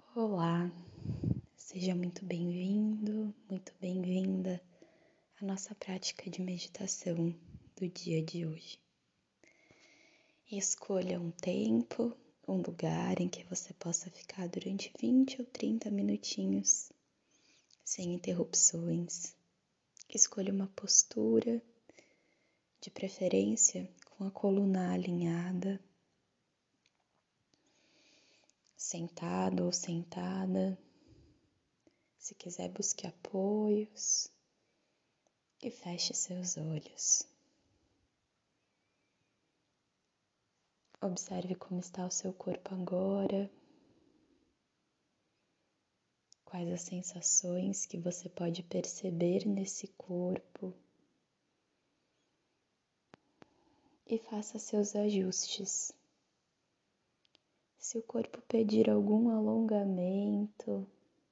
Olá, seja muito bem-vindo, muito bem-vinda à nossa prática de meditação do dia de hoje. Escolha um tempo, um lugar em que você possa ficar durante 20 ou 30 minutinhos, sem interrupções. Escolha uma postura, de preferência com a coluna alinhada, sentado ou sentada. Se quiser, busque apoios e feche seus olhos. Observe como está o seu corpo agora, quais as sensações que você pode perceber nesse corpo e faça seus ajustes. Se o corpo pedir algum alongamento,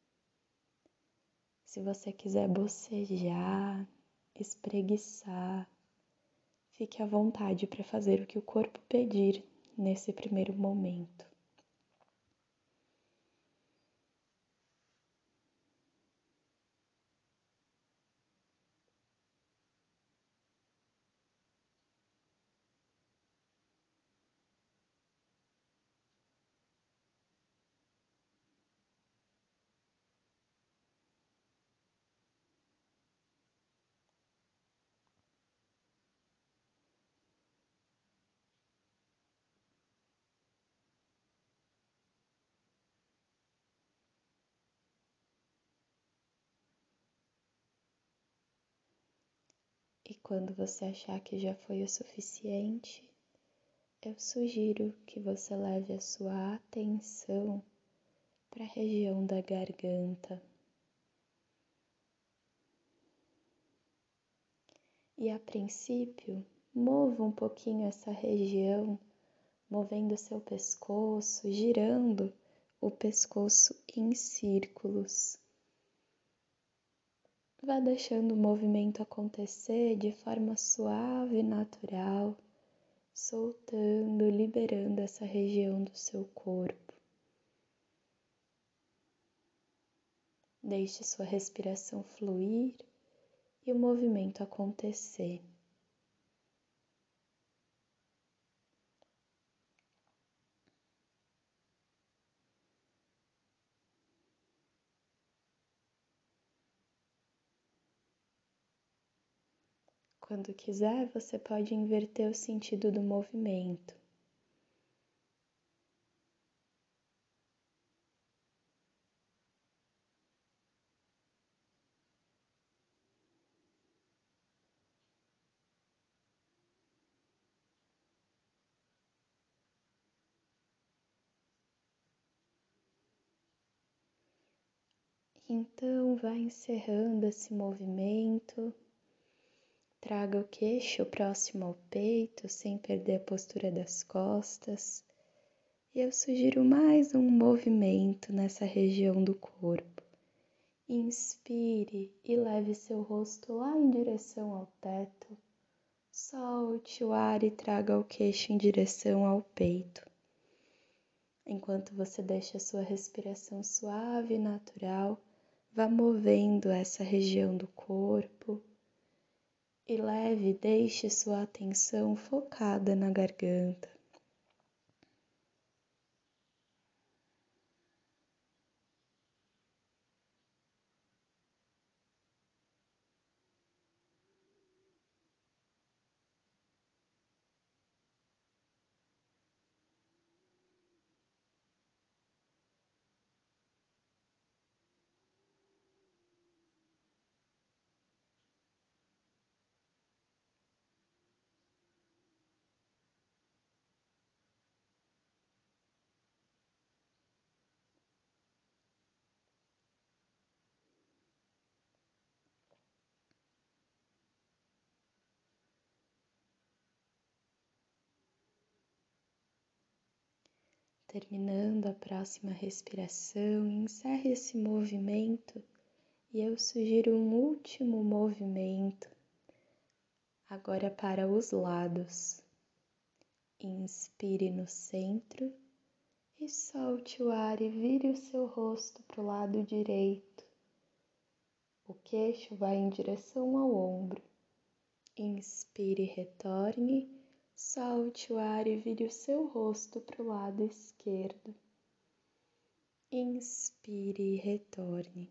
se você quiser bocejar, espreguiçar, fique à vontade para fazer o que o corpo pedir nesse primeiro momento. E quando você achar que já foi o suficiente, eu sugiro que você leve a sua atenção para a região da garganta. E a princípio, mova um pouquinho essa região, movendo seu pescoço, girando o pescoço em círculos. Vá deixando o movimento acontecer de forma suave e natural, soltando, liberando essa região do seu corpo. Deixe sua respiração fluir e o movimento acontecer. Quando quiser, você pode inverter o sentido do movimento. Então, vai encerrando esse movimento. Traga o queixo próximo ao peito, sem perder a postura das costas. E eu sugiro mais um movimento nessa região do corpo. Inspire e leve seu rosto lá em direção ao teto. Solte o ar e traga o queixo em direção ao peito. Enquanto você deixa a sua respiração suave e natural, vá movendo essa região do corpo e deixe sua atenção focada na garganta. Terminando a próxima respiração, encerre esse movimento e eu sugiro um último movimento, agora para os lados. Inspire no centro, E solte o ar e vire o seu rosto para o lado direito. O queixo vai em direção ao ombro. Inspire e retorne. Solte o ar e vire o seu rosto para o lado esquerdo. Inspire e retorne.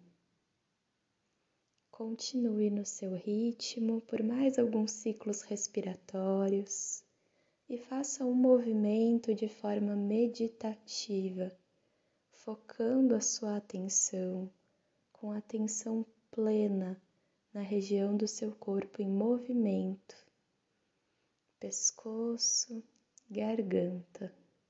Continue no seu ritmo por mais alguns ciclos respiratórios e faça um movimento de forma meditativa, focando a sua atenção com atenção plena na região do seu corpo em movimento, pescoço, garganta.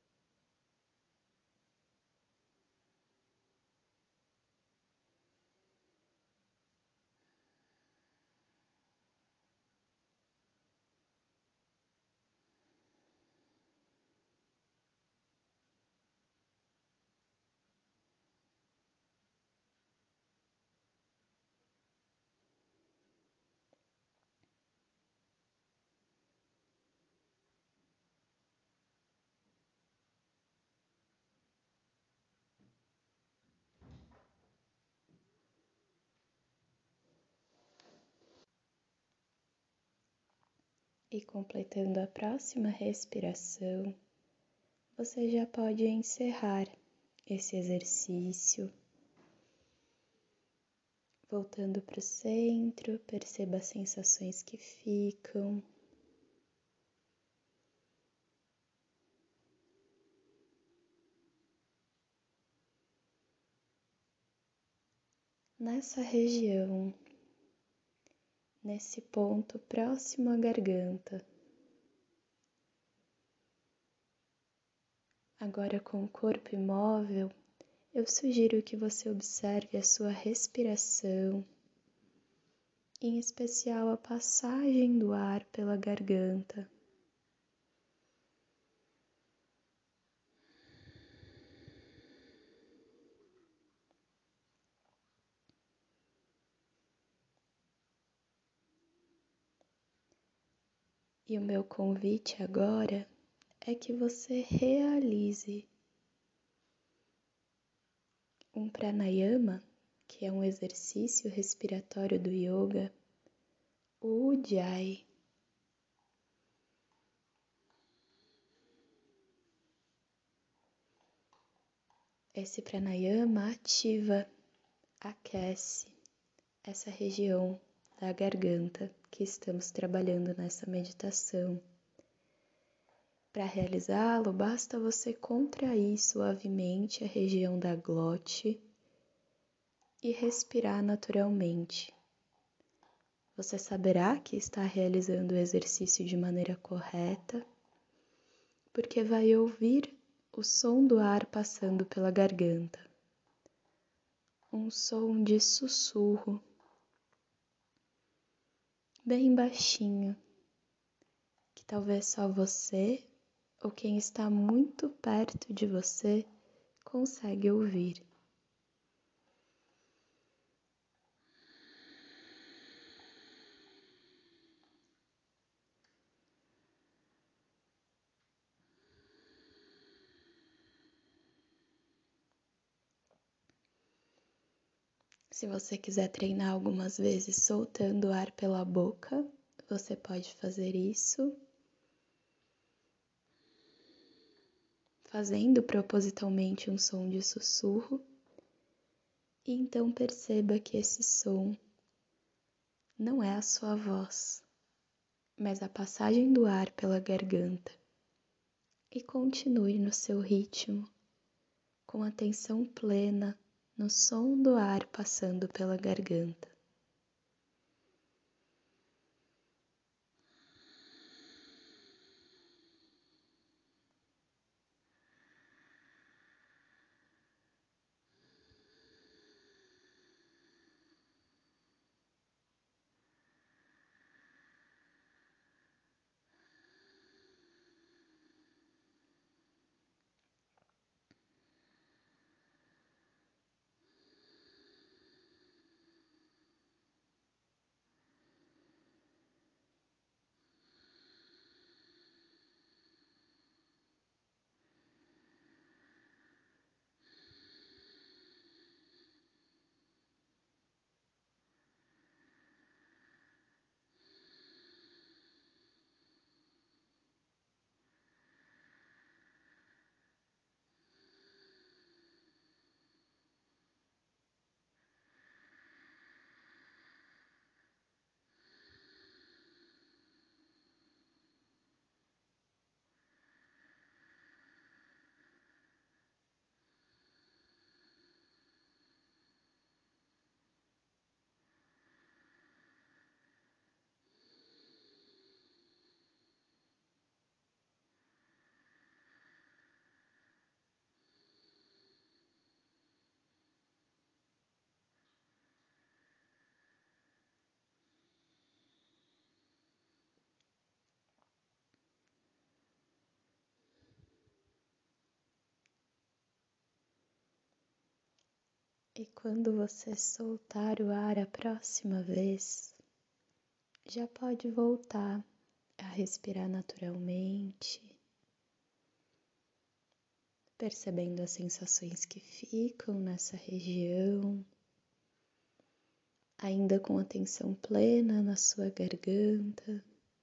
E completando a próxima respiração, você já pode encerrar esse exercício. Voltando para o centro, perceba as sensações que ficam. Nessa região, nesse ponto próximo à garganta. Agora, com o corpo imóvel, eu sugiro que você observe a sua respiração, em especial a passagem do ar pela garganta. E o meu convite agora é que você realize um pranayama, que é um exercício respiratório do yoga, o Ujjayi. Esse pranayama ativa, aquece essa região da garganta que estamos trabalhando nessa meditação. Para realizá-lo, basta você contrair suavemente a região da glote e respirar naturalmente. Você saberá que está realizando o exercício de maneira correta, porque vai ouvir o som do ar passando pela garganta. Um som de sussurro, bem baixinho, que talvez só você ou quem está muito perto de você consegue ouvir. Se você quiser treinar algumas vezes soltando o ar pela boca, você pode fazer isso, fazendo propositalmente um som de sussurro, e então perceba que esse som não é a sua voz, mas a passagem do ar pela garganta. E continue no seu ritmo, com atenção plena no som do ar passando pela garganta. E quando você soltar o ar a próxima vez, já pode voltar a respirar naturalmente, percebendo as sensações que ficam nessa região, ainda com atenção plena na sua garganta.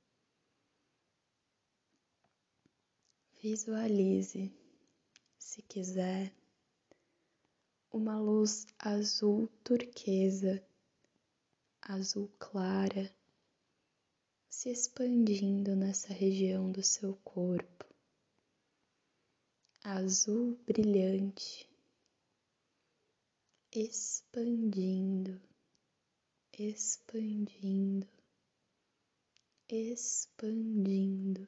Visualize, se quiser, uma luz azul turquesa, azul clara, se expandindo nessa região do seu corpo. Azul brilhante, expandindo, expandindo, expandindo.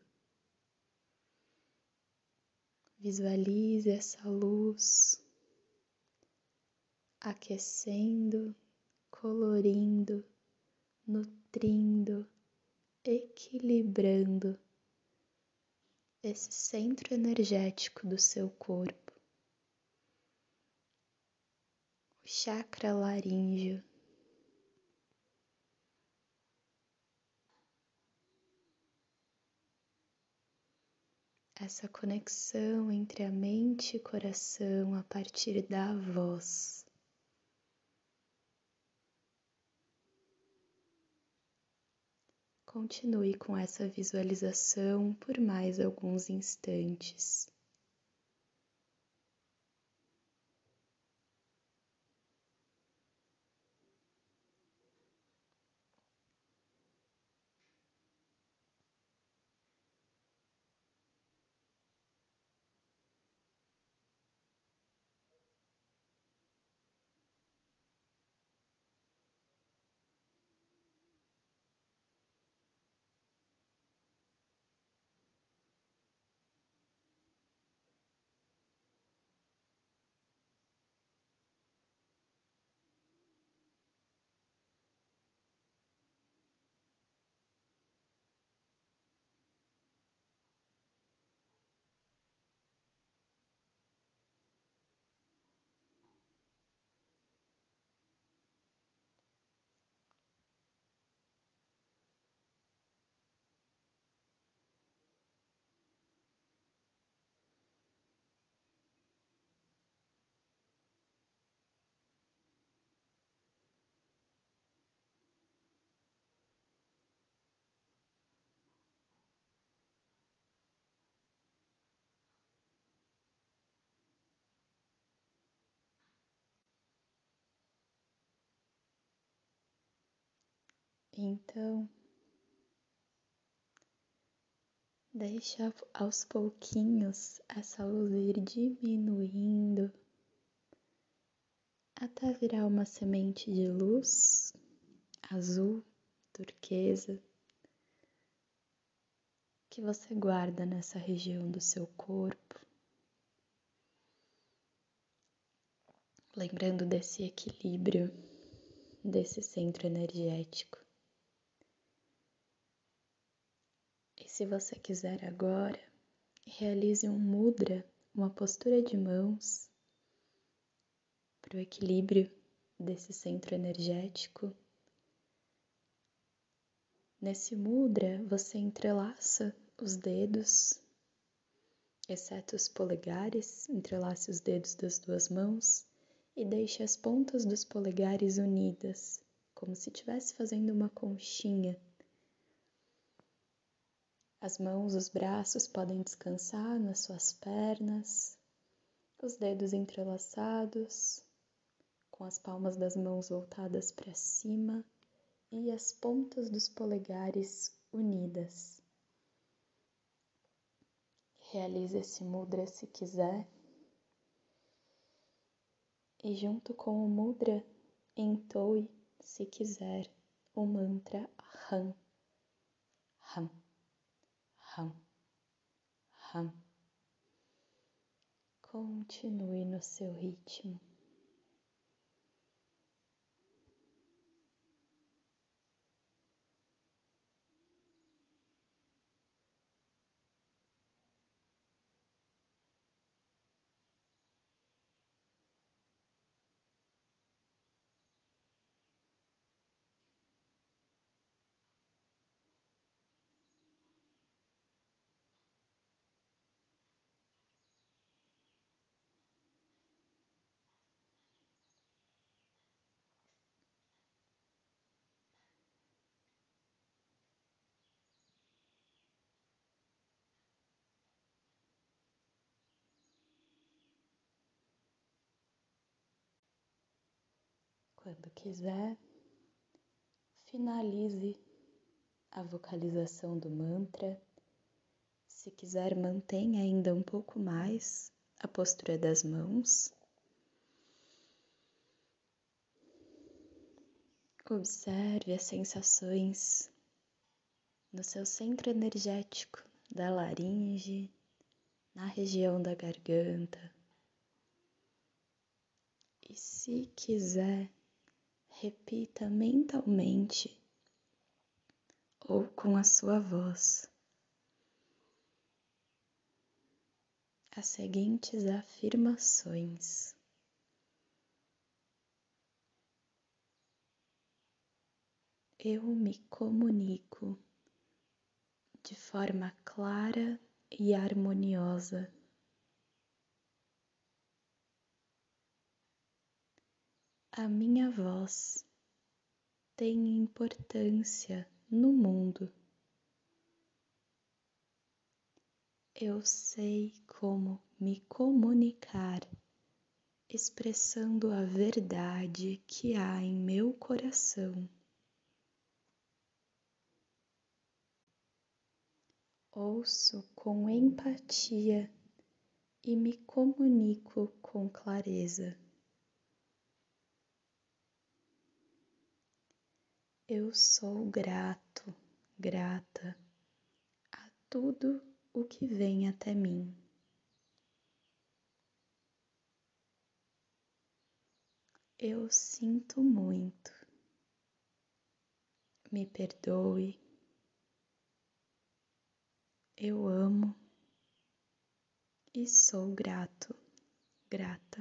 Visualize essa luz aquecendo, colorindo, nutrindo, equilibrando esse centro energético do seu corpo, o chakra laríngeo. Essa conexão entre a mente e coração a partir da voz. Continue com essa visualização por mais alguns instantes. Então, deixa aos pouquinhos essa luz ir diminuindo até virar uma semente de luz azul, turquesa, que você guarda nessa região do seu corpo, lembrando desse equilíbrio, desse centro energético. E se você quiser agora, realize um mudra, uma postura de mãos para o equilíbrio desse centro energético. Nesse mudra, você entrelaça os dedos, exceto os polegares, entrelace os dedos das duas mãos e deixe as pontas dos polegares unidas, como se estivesse fazendo uma conchinha. As mãos, os braços podem descansar nas suas pernas, os dedos entrelaçados, com as palmas das mãos voltadas para cima e as pontas dos polegares unidas. Realize esse mudra se quiser. E junto com o mudra, entoe, se quiser, o mantra Ham, Ham, Ham, Ham. Continue no seu ritmo. Quando quiser, finalize a vocalização do mantra. Se quiser, mantenha ainda um pouco mais a postura das mãos. Observe as sensações no seu centro energético da laringe, na região da garganta. E se quiser, repita mentalmente ou com a sua voz as seguintes afirmações. Eu me comunico de forma clara e harmoniosa. A minha voz tem importância no mundo. Eu sei como me comunicar, expressando a verdade que há em meu coração. Ouço com empatia e me comunico com clareza. Eu sou grato, grata a tudo o que vem até mim. Eu sinto muito. Me perdoe. Eu amo e sou grato, grata.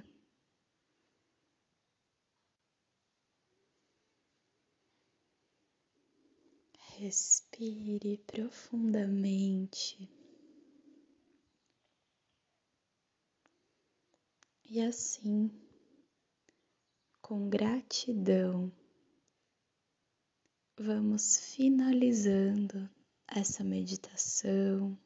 Respire profundamente e assim, com gratidão, vamos finalizando essa meditação.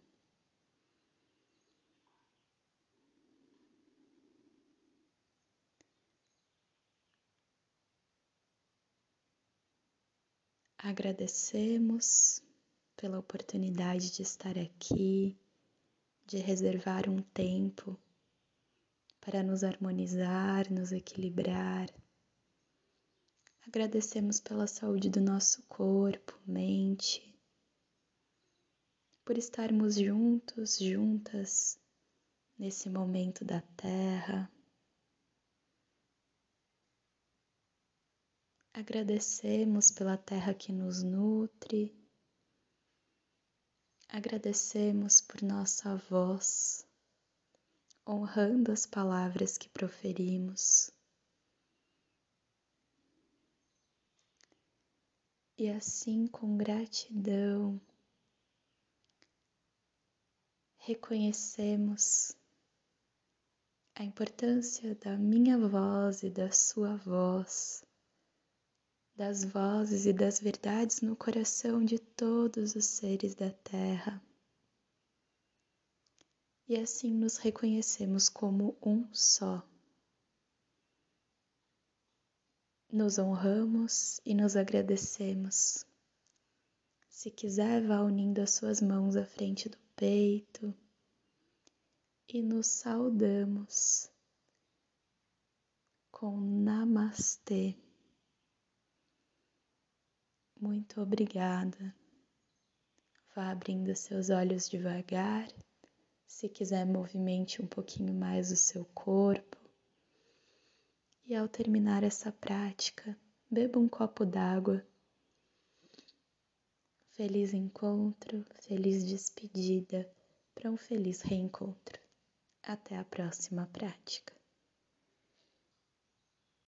Agradecemos pela oportunidade de estar aqui, de reservar um tempo para nos harmonizar, nos equilibrar. Agradecemos pela saúde do nosso corpo, mente, por estarmos juntos, juntas, nesse momento da Terra. Agradecemos pela terra que nos nutre, agradecemos por nossa voz, honrando as palavras que proferimos. E assim, com gratidão, reconhecemos a importância da minha voz e da sua voz, das vozes e das verdades no coração de todos os seres da Terra. E assim nos reconhecemos como um só. Nos honramos e nos agradecemos. Se quiser, vá unindo as suas mãos à frente do peito e nos saudamos com Namastê. Muito obrigada. Vá abrindo seus olhos devagar. Se quiser, movimente um pouquinho mais o seu corpo. E ao terminar essa prática, beba um copo d'água. Feliz encontro, feliz despedida para um feliz reencontro. Até a próxima prática.